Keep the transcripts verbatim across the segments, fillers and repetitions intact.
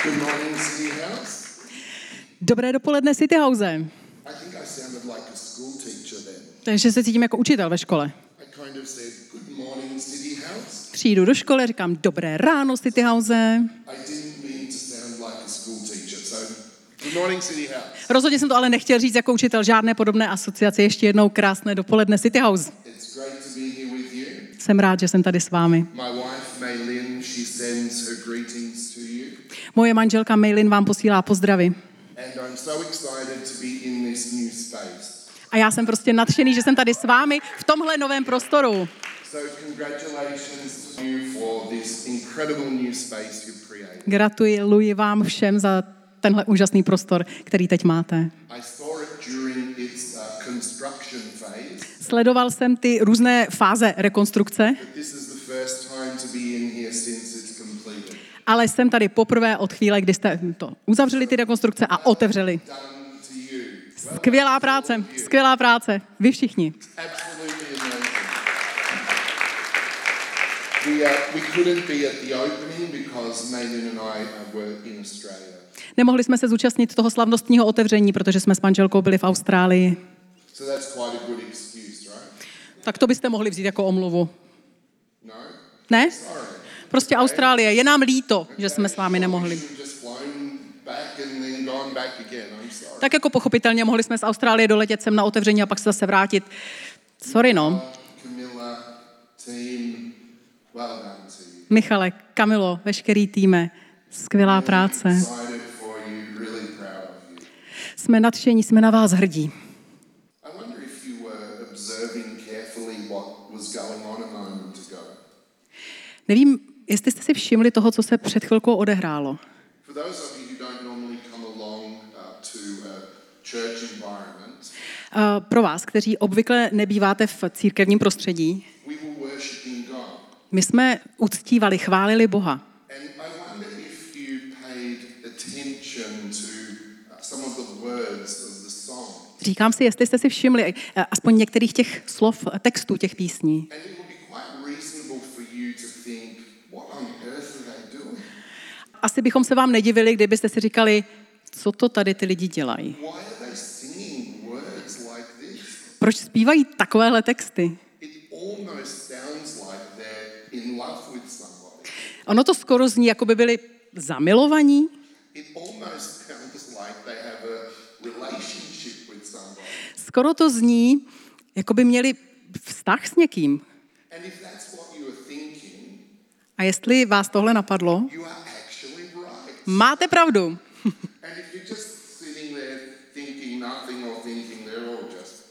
Good morning, City House. Dobré dopoledne, City House. I think I sounded like a school teacher then. Takže se cítím jako učitel ve škole. I kind of said, good morning, City House. Přijdu do školy, říkám dobré ráno, City House. I didn't mean to sound like a school teacher, so good morning, City House. Rozhodně jsem to ale nechtěl říct jako učitel, žádné podobné asociace. Ještě jednou krásné dopoledne, City House. It's great to be here with you. Jsem rád, že jsem tady s vámi. My wife, Maylin, she sends her greetings to you. Moje manželka Maylin vám posílá pozdravy. And I'm so excited to be in this new space. A já jsem prostě nadšený, že jsem tady s vámi v tomhle novém prostoru. So congratulations to you for this incredible new space you've created. Gratuluji vám všem za tenhle úžasný prostor, který teď máte. I saw it during its uh, construction phase. Sledoval jsem ty různé fáze rekonstrukce, But this is the first time to be in here since it's completed. ale jsem tady poprvé od chvíle, kdy jste to uzavřeli ty rekonstrukce a otevřeli. Done to you. Skvělá práce, skvělá práce. Vy všichni. Absolutely amazing. We, uh, we couldn't be at the opening because Maylin and I uh, were in Australia. Nemohli jsme se zúčastnit toho slavnostního otevření, protože jsme s manželkou byli v Austrálii. So that's quite a good excuse, right? Tak to byste mohli vzít jako omluvu. No? Ne? Sorry. Prostě Austrálie. Je nám líto, že jsme s vámi nemohli. We should have just flown back and then gone back again. I'm sorry. Tak jako pochopitelně mohli jsme z Austrálie doletět sem na otevření a pak se zase vrátit. Sorry, no. Camilla, team, well done to you. Michale, Kamilo, veškerý týme, skvělá práce. Excited for you, really proud of you. Jsme nadšení, jsme na vás hrdí. I wonder if you were observing carefully what was going on a moment ago. Nevím, jestli jste si všimli toho, co se před chvilkou odehrálo. For those of you who don't normally come along uh, to a church environment, Uh, pro vás, kteří obvykle nebýváte v církevním prostředí, we were worshiping God. my jsme uctívali, chválili Boha. And I wonder if you paid attention to uh, some of the words of the song. Říkám si, jestli jste si všimli uh, aspoň některých těch slov, textů těch písní. And it would be quite reasonable for you to think, what on earth are they doing? Asi bychom se vám nedivili, kdybyste si říkali, co to tady ty lidi dělají. Why are they singing words like this? Proč zpívají takovéhle texty? It almost sounds like they're in love with somebody. Ono to skoro zní, jako by byli zamilovaní. It almost sounds like they have a relationship with somebody. Skoro to zní, jako by měli vztah s někým. And if that's what you are thinking, A jestli vás tohle napadlo, you are actually right. máte pravdu. And if you're just sitting there thinking nothing or thinking they're all just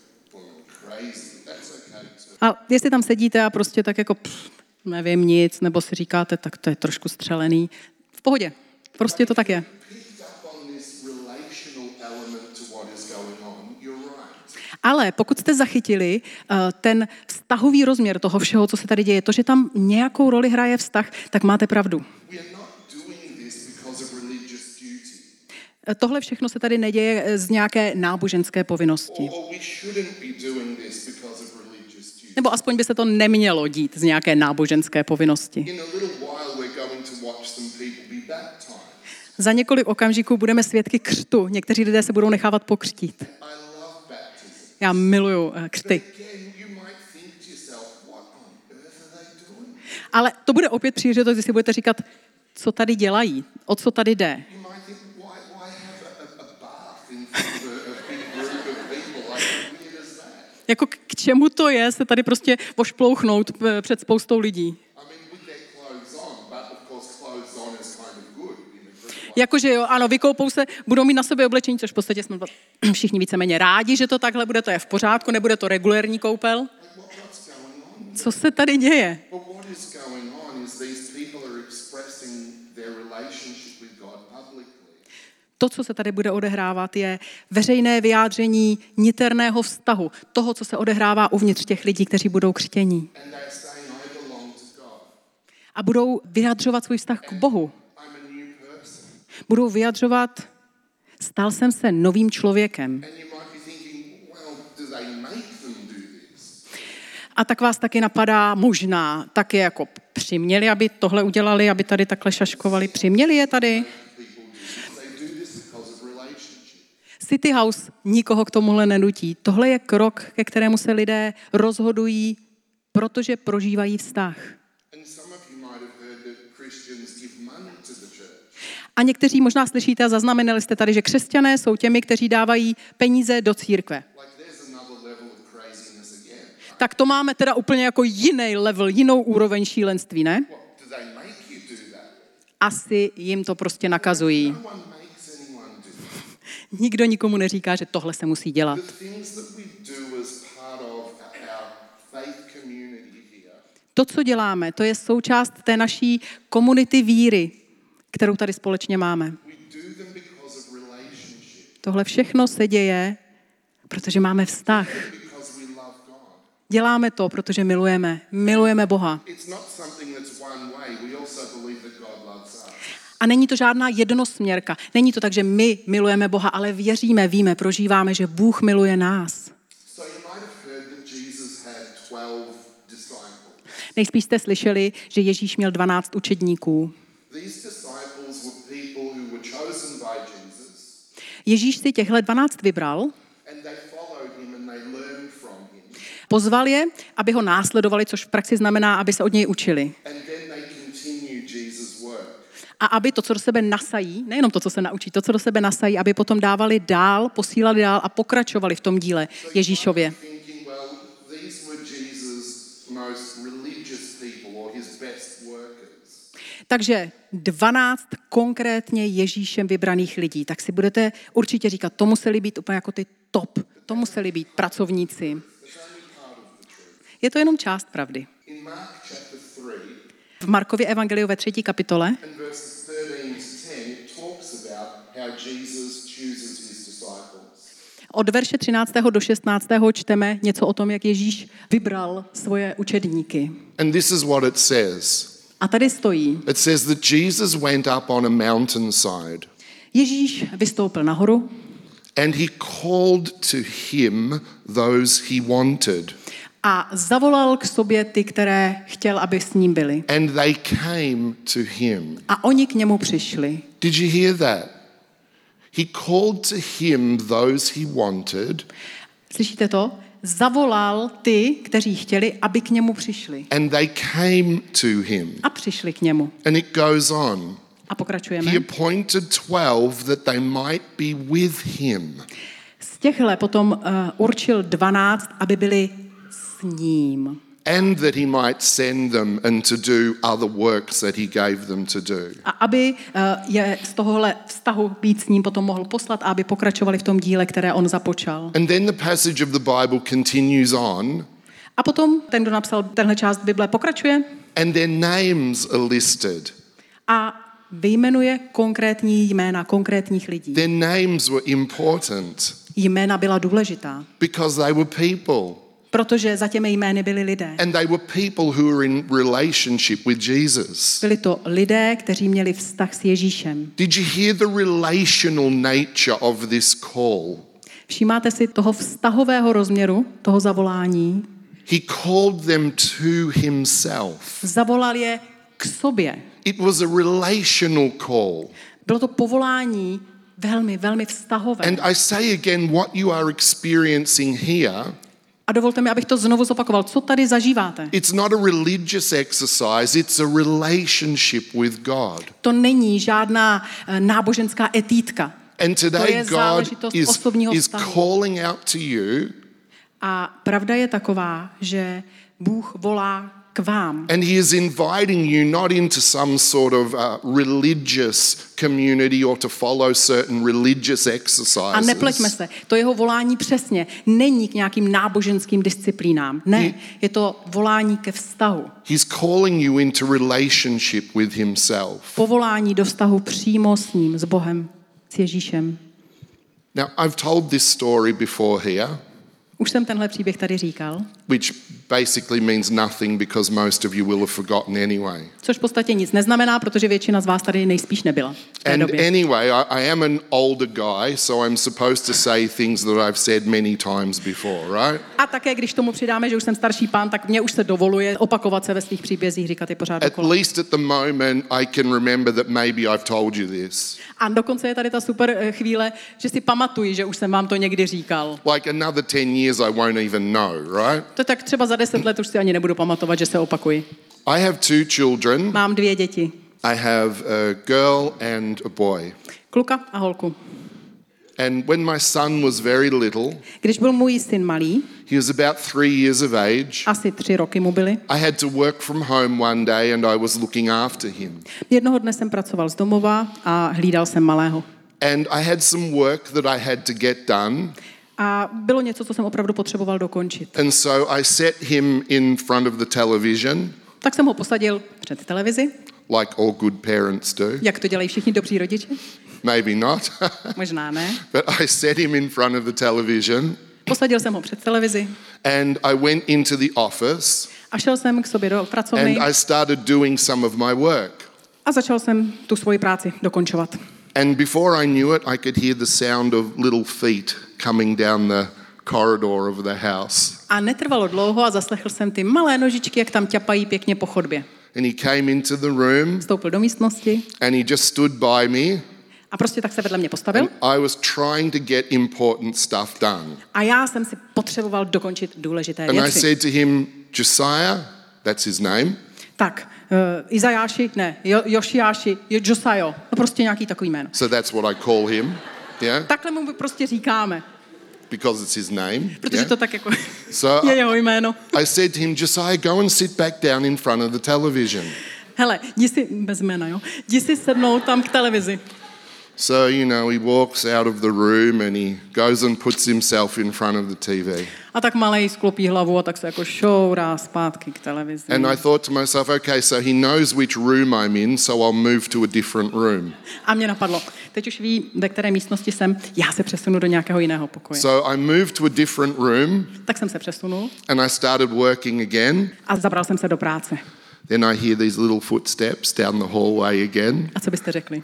crazy, that's okay too. A jestli tam sedíte a prostě tak jako pff, nevím nic, nebo si říkáte, tak to je trošku střelený, v pohodě. Prostě to tak je. Picked up on this relational element to what is going on, you're right. Ale pokud jste zachytili uh, ten vztahový rozměr toho všeho, co se tady děje, to, že tam nějakou roli hraje vztah, tak máte pravdu. We are not doing this because of religious duty. Uh, Tohle všechno se tady neděje z nějaké náboženské povinnosti. Or, or we shouldn't be doing this because of religious duty. Nebo aspoň by se to nemělo dít z nějaké náboženské povinnosti. In a little while we're going to watch some people be baptized. Za několik okamžiků budeme svědky křtu. Někteří lidé se budou nechávat pokřtít. I love baptism. Já miluju uh, křty. Again, you might think to yourself, what on earth are they doing? Ale to bude opět příležitost, kdy si budete říkat, co tady dělají, o co tady jde. You might think, why, why have a, a, a bath in front of a, a big group of people? Like, how weird is that? Jako k k čemu to je se tady prostě vošplouchnout p- před spoustou lidí? I mean, with their clothes on, but of course clothes on is kind of good in a group like Jakože jo, ano, vykoupou se, budou mít na sobě oblečení, což v podstatě jsme všichni víceméně rádi, že to takhle bude, to je v pořádku, nebude to regulérní koupel. Like, what, what's going on? Co se tady děje? But what is going on is these people are expressing their relationship with God publicly. To, co se tady bude odehrávat, je veřejné vyjádření niterného vztahu, toho, co se odehrává uvnitř těch lidí, kteří budou křtění. And they're saying, I belong to God. A budou vyjadřovat svůj vztah k Bohu. I'm a new person. Budou vyjadřovat, stal jsem se novým člověkem. And you might be thinking, well, do they make them do this? A tak vás taky napadá možná, taky jako přiměli, aby tohle udělali, aby tady takhle šaškovali. Přiměli je tady? People City House nikoho k tomuhle nenutí. Tohle je krok, ke kterému se lidé rozhodují, protože prožívají vztah. A někteří možná slyšíte a zaznamenali jste tady, že křesťané jsou těmi, kteří dávají peníze do církve. Tak to máme teda úplně jako jiný level, jinou úroveň šílenství, ne? Asi jim to prostě nakazují. Nikdo nikomu neříká, že tohle se musí dělat. To, co děláme, to je součást té naší komunity víry, kterou tady společně máme. Tohle všechno se děje, protože máme vztah. Děláme to, protože milujeme. Milujeme Boha. A není to žádná jednosměrka. Není to tak, že my milujeme Boha, ale věříme, víme, prožíváme, že Bůh miluje nás. Nejspíš jste slyšeli, že Ježíš měl dvanáct učedníků. Ježíš si těchhle dvanáct vybral, pozval je, aby ho následovali, což v praxi znamená, aby se od něj učili. A aby to, co do sebe nasají, nejenom to, co se naučí, to, co do sebe nasají, aby potom dávali dál, posílali dál a pokračovali v tom díle Ježíšově. Takže dvanáct konkrétně Ježíšem vybraných lidí. Tak si budete určitě říkat, to museli být úplně jako ty top, to museli být pracovníci. Je to jenom část pravdy. V Markově evangeliu ve třetí kapitole od verše třináctého do šestnáctého čteme něco o tom, jak Ježíš vybral svoje učedníky. And this is what it says. A tady stojí. It says that Jesus went up on a mountainside. Ježíš vystoupil nahoru. And he called to him those he wanted. A zavolal k sobě ty, které chtěl, aby s ním byli. And they came to him. A oni k němu přišli. Did you hear that? He called to him those he wanted. Slyšíte to? Zavolal ty, kteří chtěli, aby k němu přišli. And they came to him. A přišli k němu. And it goes on. A pokračujeme. He appointed twelve that they might be with him. Z těchhle potom uh, určil dvanáct, aby byli s ním. And that he might send them and to do other works that he gave them to do. A aby uh, je z tohohle vztahu být s ním potom mohl poslat a aby pokračovali v tom díle, které on započal. And then the passage of the Bible continues on. A potom ten, kdo napsal tenhle část Bible, pokračuje. And their names are listed. A vyjmenuje konkrétní jména konkrétních lidí. Their names were important. Jména byla důležitá. Because they were people. Protože za těmi jmény byli lidé. And they were people who were in relationship with Jesus. Byli to lidé, kteří měli vztah s Ježíšem. Did you hear the relational nature of this call? Všímáte si toho vztahového rozměru, toho zavolání? He called them to himself. Zavolal je k sobě. It was a relational call. Bylo to povolání velmi, velmi vztahové. And I say again, what you are experiencing here, a dovolte mi, abych to znovu zopakoval. Co tady zažíváte? It's not a religious exercise, it's a relationship with God. To není žádná náboženská etídka. And today God is, is calling out to you. A pravda je taková, že Bůh volá k vám. And he is inviting you not into some sort of uh, religious community or to follow certain religious exercises. A nepleťme se, to jeho volání přesně není k nějakým náboženským disciplínám. Ne, he, je to volání ke vztahu. He's calling you into relationship with himself. Povolání do vztahu přímo s ním, s Bohem, s Ježíšem. Now, I've told this story before here. Už jsem tenhle příběh tady říkal. Which basically means nothing because most of you will have forgotten anyway. Což v podstatě nic neznamená, protože většina z vás tady nejspíš nebyla v té And době. anyway, I, I am an older guy, so I'm supposed to say things that I've said many times before, right? A také, když tomu přidáme, že už jsem starší pán, tak mě už se dovoluje opakovat se ve svých příbězích, říkat je pořád At dokola. least at the moment, I can remember that maybe I've told you this. A dokonce je tady ta super eh, chvíle, že si pamatuji, že už jsem vám to někdy říkal. Like another ten years, I won't even know, right? To tak třeba za deset let už si ani nebudu pamatovat, že se opakuji. I have two children. Mám dvě děti. I have a girl and a boy. Kluka a holku. And when my son was very little, Když byl můj syn malý, he was about three years of age, asi tři roky mu byly, I had to work from home one day and I was looking after him. jednoho dne jsem pracoval z domova a hlídal jsem malého. And I had some work that I had to get done. A bylo něco, co jsem opravdu potřeboval dokončit. And so I set him in front of the television, Tak jsem ho posadil před televizi, like all good parents do. jak to dělají všichni dobří rodiče. Maybe not. Možná ne. But I set him in front of the television Posadil jsem ho před televizi and I went into the office a šel jsem k sobě do pracovny and I started doing some of my work. a začal jsem tu svoji práci dokončovat. And before I knew it, I could hear the sound of little feet coming down the corridor of the house. A netrvalo dlouho a zaslechl jsem ty malé nožičky, jak tam ťapají pěkně po chodbě. And he came into the room Vstoupil do místnosti and he just stood by me. a prostě tak se vedle mě postavil. And I was trying to get important stuff done. A já jsem si potřeboval dokončit důležité And I věci. said to him, Josiah, that's his name. Tak, uh, Izajáši, ne, jo, Jošiáši, jo, Josajo, no prostě nějaký takový jméno. So that's what I call him. Yeah, Takhle mu prostě říkáme, because it's his name. protože Yeah? to tak jako So je I, jeho jméno. I said to him, Josiah, go and sit back down in front of the television. Hele, jdi si, bez jména, jo, jdi si sednout tam k televizi. So, you know, he walks out of the room and he goes and puts himself in front of the T V. A tak malej sklopí hlavu a tak se jako šourá zpátky k televizi. And I thought to myself, okay, so he knows which room I'm in, so I'll move to a different room. A mě napadlo, teď už ví, ve které místnosti jsem, já se přesunu do nějakého jiného pokoje. So I moved to a different room Tak jsem se přesunul and I started working again. a zabral jsem se do práce. Then I hear these little footsteps down the hallway again. A co byste řekli?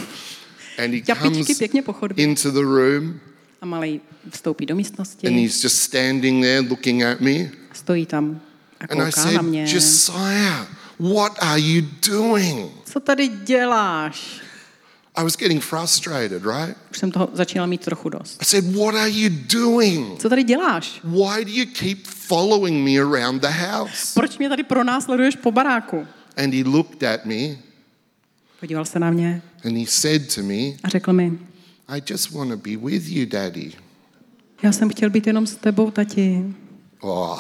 And he Ťapičky comes pěkně po chodbě. into the room A malej vstoupí do místnosti, and he's just standing there looking at me. stojí tam a And I kouká na said, mě. Josiah, what are you doing? Co tady děláš? I was getting frustrated, right? Už jsem toho začínal mít trochu dost. I said, what are you doing? Co tady děláš? Why do you keep following me around the house? Proč mě tady pronásleduješ po baráku? And he looked at me Podíval se na mě and he said to me, a řekl mi, I just want to be with you, Daddy. já jsem chtěl být jenom s tebou, tati. Oh.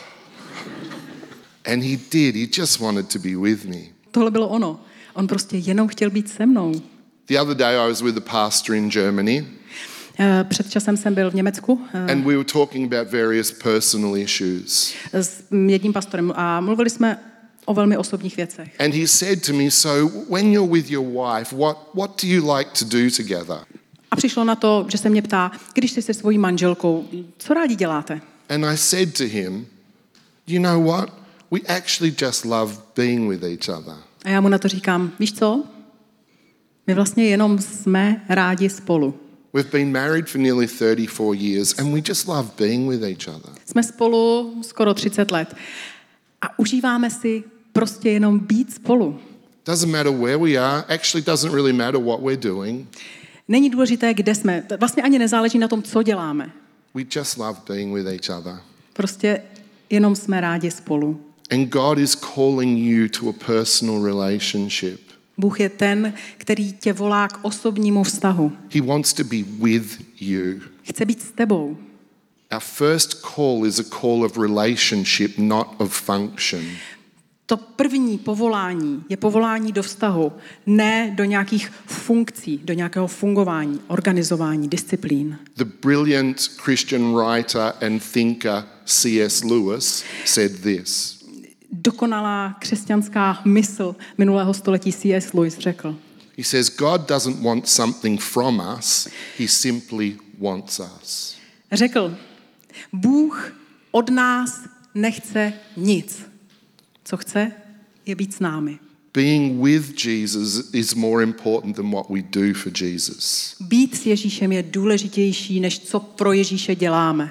And he did. He just wanted to be with me. Tohle bylo ono. On prostě jenom chtěl být se mnou. The other day I was with a pastor in Germany Eh, Před časem jsem byl v Německu eh, and we were talking about various personal issues. s jedním pastorem a mluvili jsme o velmi osobních věcech. And he said to me, so when you're with your wife, what, what do you like to do together? A přišlo na to, že se mě ptá, když jsi se svojí manželkou, co rádi děláte? And I said to him, you know what? We actually just love being with each other. A já mu na to říkám, víš co? My vlastně jenom jsme rádi spolu. We've been married for nearly thirty-four years and we just love being with each other. Jsme spolu skoro třicet let a užíváme si prostě jenom být spolu. Doesn't matter where we are, actually doesn't really matter what we're doing. Není důležité, kde jsme. Vlastně ani nezáleží na tom, co děláme. We just love being with each other. Prostě jenom jsme rádi spolu. And God is calling you to a personal relationship. Bůh je ten, který tě volá k osobnímu vztahu. He wants to be with you. Chce být s tebou. Our first call is a call of relationship, not of function. To první povolání je povolání do vztahu, ne do nějakých funkcí, do nějakého fungování, organizování, disciplín. The brilliant Christian writer and thinker C S Lewis said this. Dokonalá křesťanská mysl minulého století C S Lewis řekl. He says, God doesn't want something from us, he simply wants us. Řekl, Bůh od nás nechce nic. Co chce, je být s námi. Being with Jesus is more important than what we do for Jesus. Být s Ježíšem je důležitější, než co pro Ježíše děláme.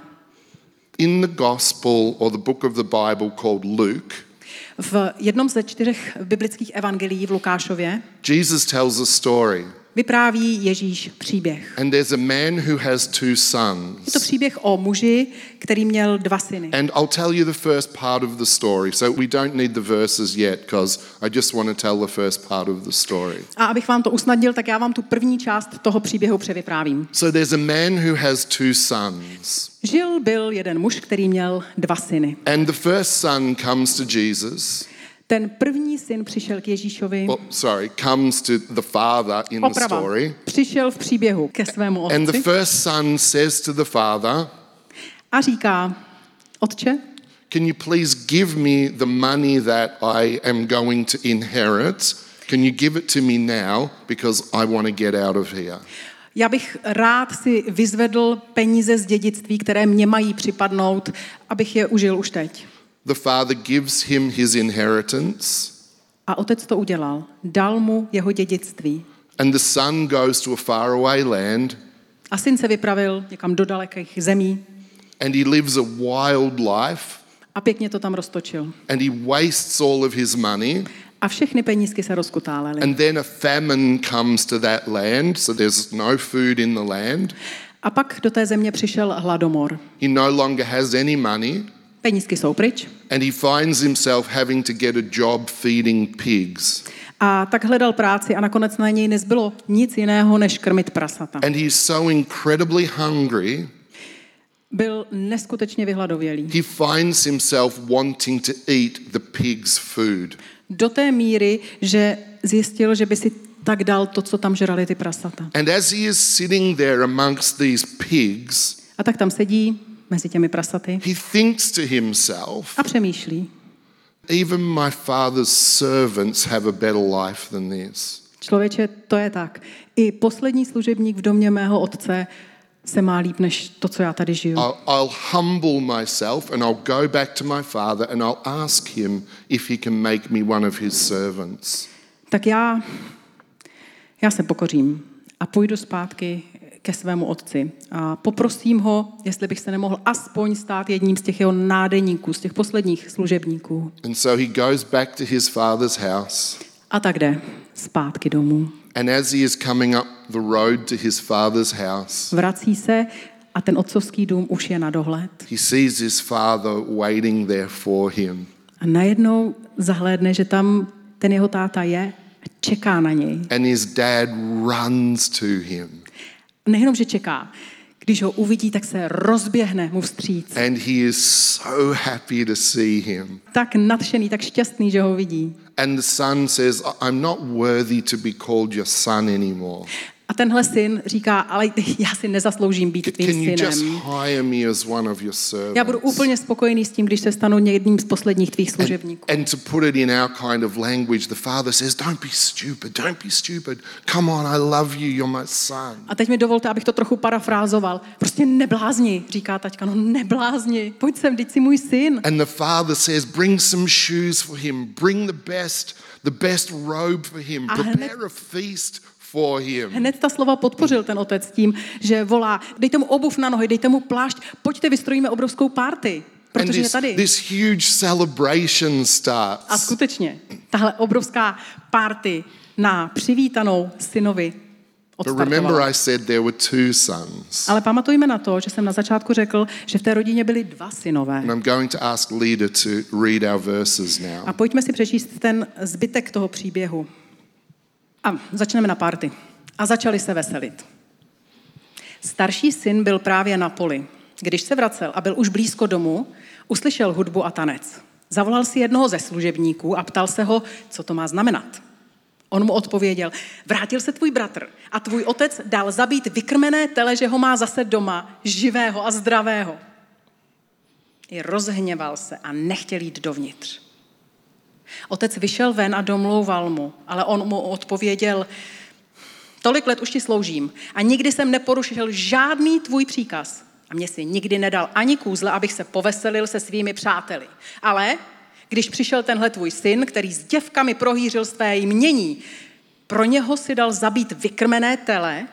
In the Gospel or the book of the Bible called Luke, V jednom ze čtyřech biblických evangelií v Lukášově Jesus tells a story. vypráví Ježíš příběh. And there's a man who has two Je to sons. příběh o muži, který měl dva syny. And I'll tell you the first part of the story. So we don't need the verses yet because I just want to tell the first part of the story. A abych vám to usnadnil, tak já vám tu první část toho příběhu převyprávím. So there's a man who has two sons. Žil byl jeden muž, který měl dva syny. And the first son comes to Jesus. Ten první syn přišel k Ježíšovi. Oh, sorry, comes to the father in the Oprava. story. Přišel v příběhu ke svému And the otci first son says to the father, a říká, otče, can you please give me the money that I am going to inherit? Can you give it to me now because I want to get out of here? já bych rád si vyzvedl peníze z dědictví, které mě mají připadnout, abych je užil už teď. The father gives him his inheritance, A otec to udělal. Dal mu jeho dědictví. and the son goes to a faraway land, A syn se vypravil někam do dalekých zemí and he lives a wild life, a pěkně to tam roztočil. and he wastes all of his money. A všechny penízky se rozkutálely. And then a famine comes to that land, so there's no food in the land. A pak do té země přišel hladomor. He no longer has any money, Penízky jsou pryč. and he finds himself having to get a job feeding pigs. A tak hledal práci a nakonec na něj nezbylo nic jiného, než krmit prasata. And he's so incredibly hungry, Byl neskutečně vyhladovělý. he finds himself wanting to eat the pig's food. Do té míry, že zjistil, že by si tak dal to, co tam žrali ty prasata. And as he is sitting there amongst these pigs, A tak tam sedí mezi těmi prasaty he thinks to himself, a přemýšlí. even my father's servants have a better life than this. Člověče, to je tak. I poslední služebník v domě mého otce se má líp než to, co já tady žiju. I'll, I'll humble myself and I'll go back to my father and I'll ask him if he can make me one of his servants. Tak já, já se pokořím a půjdu zpátky ke svému otci a poprosím ho, jestli bych se nemohl aspoň stát jedním z těch jeho nádeníků, z těch posledních služebníků. And so he goes back to his father's house. A tak jde zpátky domů. And as he is coming up the road to his father's house, Vrací se a ten otcovský dům už je na dohled. he sees his father waiting there for him. A najednou zahlédne, že tam ten jeho táta je a čeká na něj. And his dad runs to him. Nejenom, že čeká. Když ho uvidí, tak se rozběhne mu vstříc. And he is so happy to see him. Tak nadšený, tak šťastný, že ho vidí. And the son says, I'm not worthy to be called your son anymore. A tenhle syn říká, ale já si nezasloužím být tvým Can you just synem. hire me as one of your servants? Já budu úplně spokojený s tím, když se stanu jedním z posledních tvých And, služebníků. and to put it in our kind of language, the father says, don't be stupid, don't be stupid. Come on, I love you, you're my son. A teď mi dovolte, abych to trochu parafrázoval. Prostě neblázni, říká taťka, no neblázni, pojď sem, vždyť jsi můj syn. And the father says, bring some shoes for him, bring the best, the best robe for him, A hned- prepare a feast for him. Hned ta slova podpořil ten otec tím, že volá, dejte mu obuv na nohy, dejte mu plášť, pojďte, vystrojíme obrovskou party, And protože je this, tady. this huge celebration A starts. skutečně, tahle obrovská party na přivítanou synovi But odstartovala. remember I said there were two sons. Ale pamatujme na to, že jsem na začátku řekl, že v té rodině byli dva synové. And I'm going to ask Lida to read our verses now. A pojďme si přečíst ten zbytek toho příběhu. A začneme na party. A začali se veselit. Starší syn byl právě na poli. Když se vracel a byl už blízko domu, uslyšel hudbu a tanec. Zavolal si jednoho ze služebníků a ptal se ho, co to má znamenat. On mu odpověděl, vrátil se tvůj bratr a tvůj otec dal zabít vykrmené tele, že ho má zase doma, živého a zdravého. I rozhněval se a nechtěl jít dovnitř. Otec vyšel ven a domlouval mu, ale on mu odpověděl, tolik let už ti sloužím a nikdy jsem neporušil žádný tvůj příkaz. A mě si nikdy nedal ani kůzle, abych se poveselil se svými přáteli. Ale když přišel tenhle tvůj syn, který s děvkami prohýřil své jmění, pro něho si dal zabít vykrmené tele.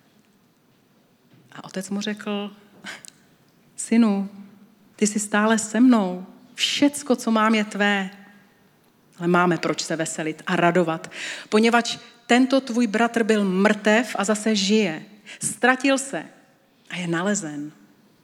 A otec mu řekl, synu, ty jsi stále se mnou. Všecko, co mám, je tvé. Ale máme proč se veselit a radovat, poněvadž tento tvůj bratr byl mrtev a zase žije. Ztratil se a je nalezen.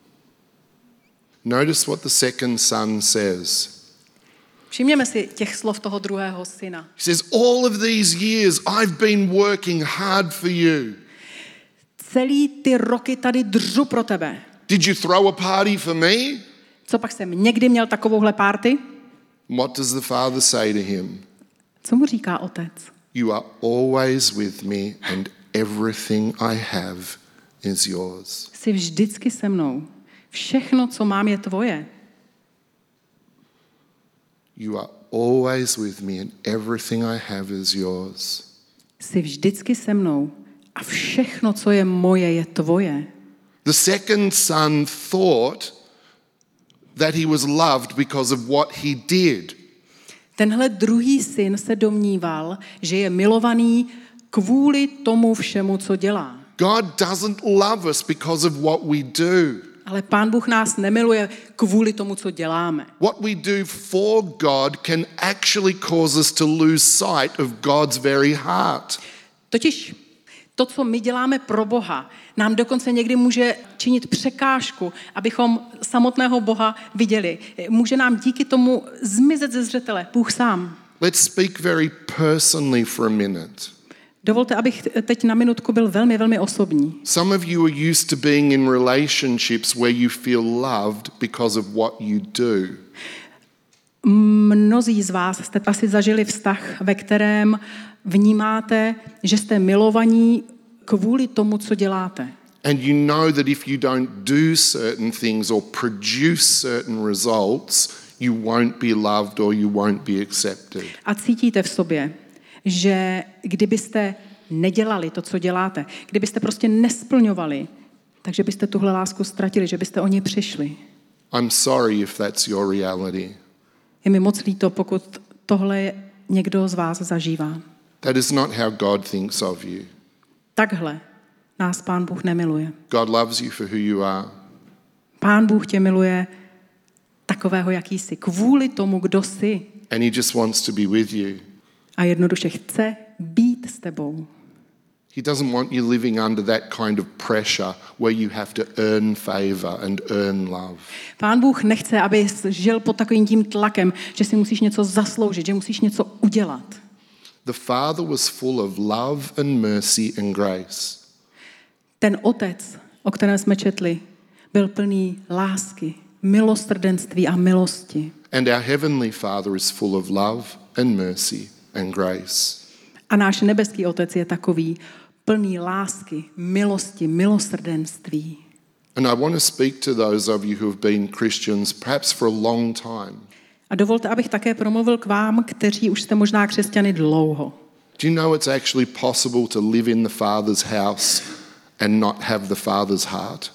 Notice what the second son says. Všimněme si těch slov toho druhého syna. He says, all of these years I've been working hard for you. Celý ty roky tady dřu pro tebe. Did you throw a party for me? Co pak jsem někdy měl takovouhle párty? What does the father say to him? Co mu říká otec? You are always with me and everything I have is yours. Jsi vždycky se mnou. Všechno, co mám, je tvoje. You are always with me and everything I have is yours. Jsi vždycky se mnou a všechno, co je moje, je tvoje. The second son thought that he was loved because of what he did. Tenhle druhý syn se domníval, že je milovaný kvůli tomu všemu, co dělá. God doesn't love us because of what we do. Ale Pán Bůh nás nemiluje kvůli tomu, co děláme. What we do for God can actually cause us to lose sight of God's very heart. Totiž to, co my děláme pro Boha, nám dokonce někdy může činit překážku, abychom samotného Boha viděli. Může nám díky tomu zmizet ze zřetele Bůh sám. Let's speak very personally for a minute. Dovolte, abych teď na minutku byl velmi, velmi osobní. Some of you are used to being in relationships where you feel loved because of what you do. Mnozí z vás jste asi zažili vztah, ve kterém vnímáte, že jste milovaní kvůli tomu, co děláte. And you know that if you don't do certain things or produce certain results, you won't be loved or you won't be accepted. A cítíte v sobě, že kdybyste nedělali to, co děláte, kdybyste prostě nesplňovali, takže byste tuhle lásku ztratili, že byste o ní přišli. I'm sorry if that's your reality. Je mi moc líto, pokud tohle někdo z vás zažívá. That is not how God thinks of you. Takhle nás Pán Bůh nemiluje. God loves you for who you are. Pán Bůh tě miluje takového, jaký jsi, kvůli tomu, kdo jsi. And he just wants to be with you. A jednoduše chce být s tebou. He doesn't want you living under that kind of pressure where you have to earn favor and earn love. Pán Bůh nechce, aby žil pod takovým tím tlakem, že si musíš něco zasloužit, že musíš něco udělat. The Father was full of love and mercy and grace. Ten otec, o kterém jsme četli, byl plný lásky, milosrdenství a milosti. And our heavenly Father is full of love and mercy and grace. A náš nebeský otec je takový, plný lásky, milosti, milosrdenství. And I want to speak to those of you who have been Christians perhaps for a long time. A dovolte, abych také promluvil k vám, kteří už jste možná křesťany dlouho. Do you know it's actually possible to live in the Father's house and not have the Father's heart?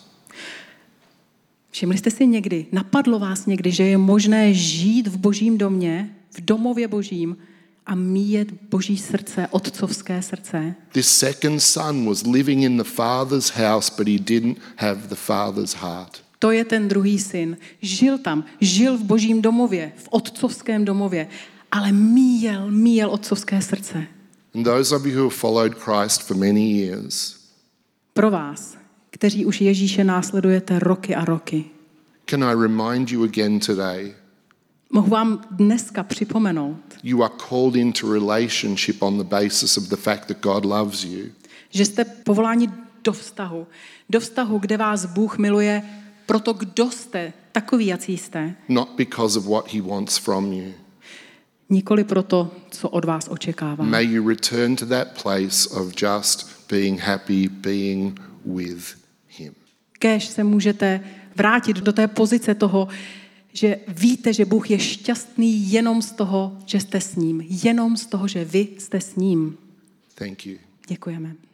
Všimli jste si někdy, napadlo vás někdy, že je možné žít v Božím domě, v domově Božím a míjet Boží srdce, otcovské srdce? This second son was living in the Father's house, but he didn't have the Father's heart. To je ten druhý syn. Žil tam, žil v Božím domově, v otcovském domově, ale míjel, míjel otcovské srdce. And those of you who have followed Christ for many years, Pro vás, kteří už Ježíše následujete roky a roky, can I remind you again today, mohu vám dneska připomenout, you are called into relationship on the basis of the fact that God loves you. že jste povoláni do vztahu. Do vztahu, kde vás Bůh miluje proto, kdo jste, takový, jací jste. Not because of what he wants from you. Nikoli proto, co od vás očekává. May you return to that place of just being happy, being with him. Kéž se můžete vrátit do té pozice toho, že víte, že Bůh je šťastný jenom z toho, že jste s ním. Jenom z toho, že vy jste s ním. Thank you. Děkujeme.